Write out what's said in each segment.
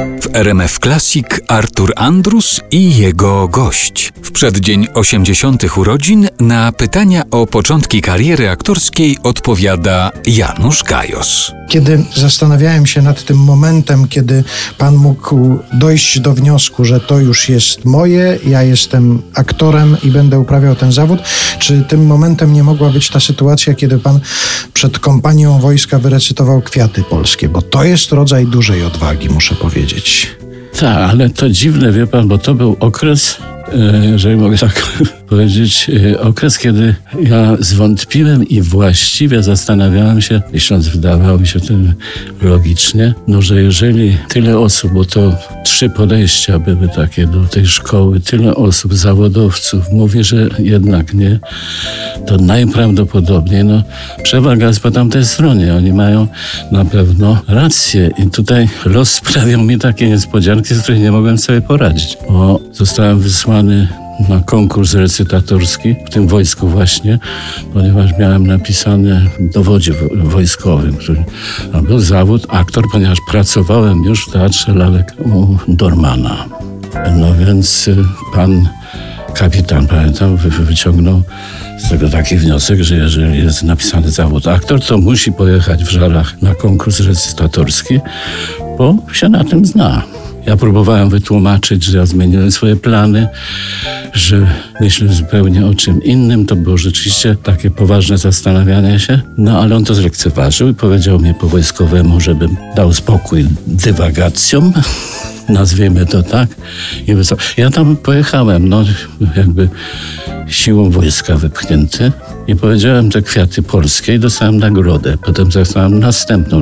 W RMF Classic Artur Andrus i jego gość. W przeddzień 80. urodzin na pytania o początki kariery aktorskiej odpowiada Janusz Gajos. Kiedy zastanawiałem się nad tym momentem, kiedy pan mógł dojść do wniosku, że to już jest moje, ja jestem aktorem i będę uprawiał ten zawód, czy tym momentem nie mogła być ta sytuacja, kiedy pan przed kompanią wojska wyrecytował Kwiaty Polskie? Bo to jest rodzaj dużej odwagi, muszę powiedzieć. Tak, ale to dziwne, wie pan, bo to był okres, jeżeli mogę tak powiedzieć, okres, kiedy ja zwątpiłem i właściwie zastanawiałem się, myśląc, wydawało mi się to logicznie, że jeżeli tyle osób, bo to 3 podejścia były takie do tej szkoły, tyle osób, zawodowców mówi, że jednak nie, to najprawdopodobniej przewaga jest po tamtej stronie. Oni mają na pewno rację i tutaj los sprawiał mi takie niespodzianki, z których nie mogłem sobie poradzić, bo zostałem wysłany na konkurs recytatorski w tym wojsku właśnie, ponieważ miałem napisane w dowodzie wojskowym, który był zawód aktor, ponieważ pracowałem już w Teatrze Lalek u Dormana. No więc pan kapitan, pamiętam, wyciągnął z tego taki wniosek, że jeżeli jest napisany zawód aktor, to musi pojechać w Żarach na konkurs recytatorski, bo się na tym zna. Ja próbowałem wytłumaczyć, że ja zmieniłem swoje plany, że myślę zupełnie o czym innym. To było rzeczywiście takie poważne zastanawianie się. Ale on to zlekceważył i powiedział mi po wojskowemu, żebym dał spokój dywagacjom, nazwijmy to tak. Ja tam pojechałem, jakby siłą wojska wypchnięty i powiedziałem te Kwiaty Polskie i dostałem nagrodę. Potem dostałem następną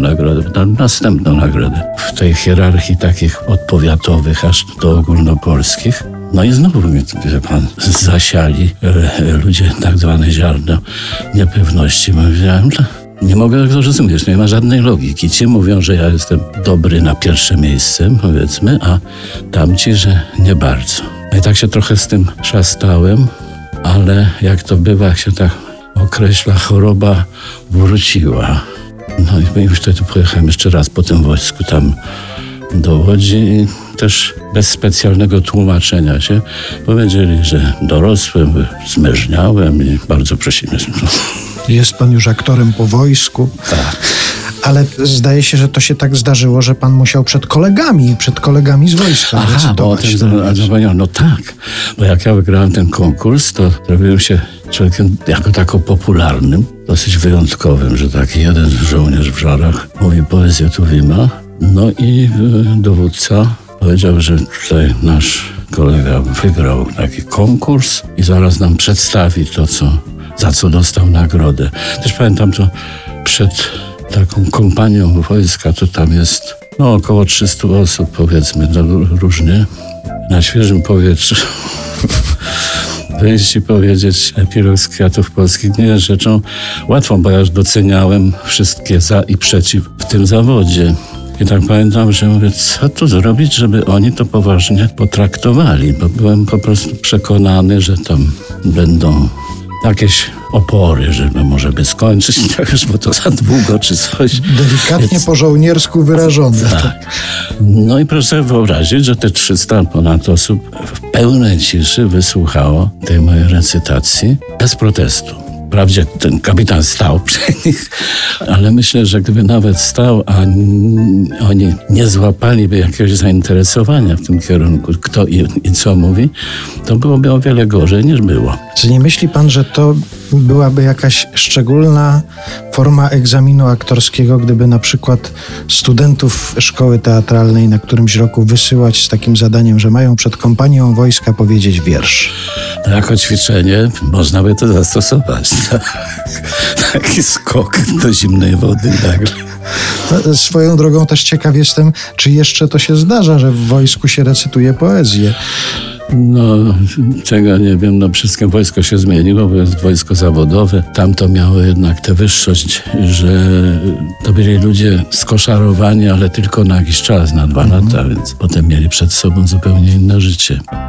nagrodę. W tej hierarchii takich odpowiatowych aż do ogólnopolskich. I znowu mnie, wie pan, zasiali ludzie tak zwane ziarno niepewności. Powiedziałem, nie mogę tego rozumieć, nie ma żadnej logiki. Ci mówią, że ja jestem dobry na pierwsze miejsce, powiedzmy, a tamci, że nie bardzo. I tak się trochę z tym szastałem, ale jak to bywa, jak się tak określa, choroba wróciła. I wtedy pojechałem jeszcze raz po tym wojsku tam do Łodzi i też bez specjalnego tłumaczenia się powiedzieli, że dorosłem, zmężniałem i bardzo prosimy. Jest pan już aktorem po wojsku. Tak. Ale zdaje się, że to się tak zdarzyło, że pan musiał przed kolegami z wojska recytować. Tak. Bo jak ja wygrałem ten konkurs, to zrobiłem się człowiekiem jako tako popularnym, dosyć wyjątkowym, że taki jeden żołnierz w Żarach mówi poezję Tuwima. I dowódca powiedział, że tutaj nasz kolega wygrał taki konkurs i zaraz nam przedstawi to, za co dostał nagrodę. Też pamiętam to przed taką kompanią wojska, to tam jest około 300 osób, powiedzmy, różnie, na świeżym powietrzu. Wyjść i powiedzieć epilog z Kwiatów Polskich nie jest rzeczą łatwą, bo ja już doceniałem wszystkie za i przeciw w tym zawodzie. I tak pamiętam, że mówię, co tu zrobić, żeby oni to poważnie potraktowali, bo byłem po prostu przekonany, że tam będą jakieś opory, żeby może by skończyć, bo to za długo czy coś. Delikatnie po żołniersku wyrażone. Tak. I proszę sobie wyobrazić, że te 300 ponad osób w pełnej ciszy wysłuchało tej mojej recytacji bez protestu. Wprawdzie ten kapitan stał przy nich, ale myślę, że gdyby nawet stał, a oni nie złapaliby jakiegoś zainteresowania w tym kierunku, kto i co mówi, to byłoby o wiele gorzej niż było. Czy nie myśli pan, że to byłaby jakaś szczególna forma egzaminu aktorskiego, gdyby na przykład studentów szkoły teatralnej na którymś roku wysyłać z takim zadaniem, że mają przed kompanią wojska powiedzieć wiersz? Jako ćwiczenie można by to zastosować. Taki skok do zimnej wody nagle. Swoją drogą też ciekaw jestem, czy jeszcze to się zdarza, że w wojsku się recytuje poezję. Czego nie wiem, wszystkie wojsko się zmieniło, bo jest wojsko zawodowe. Tam to miało jednak tę wyższość, że to byli ludzie skoszarowani, ale tylko na jakiś czas, na 2 lata, więc potem mieli przed sobą zupełnie inne życie.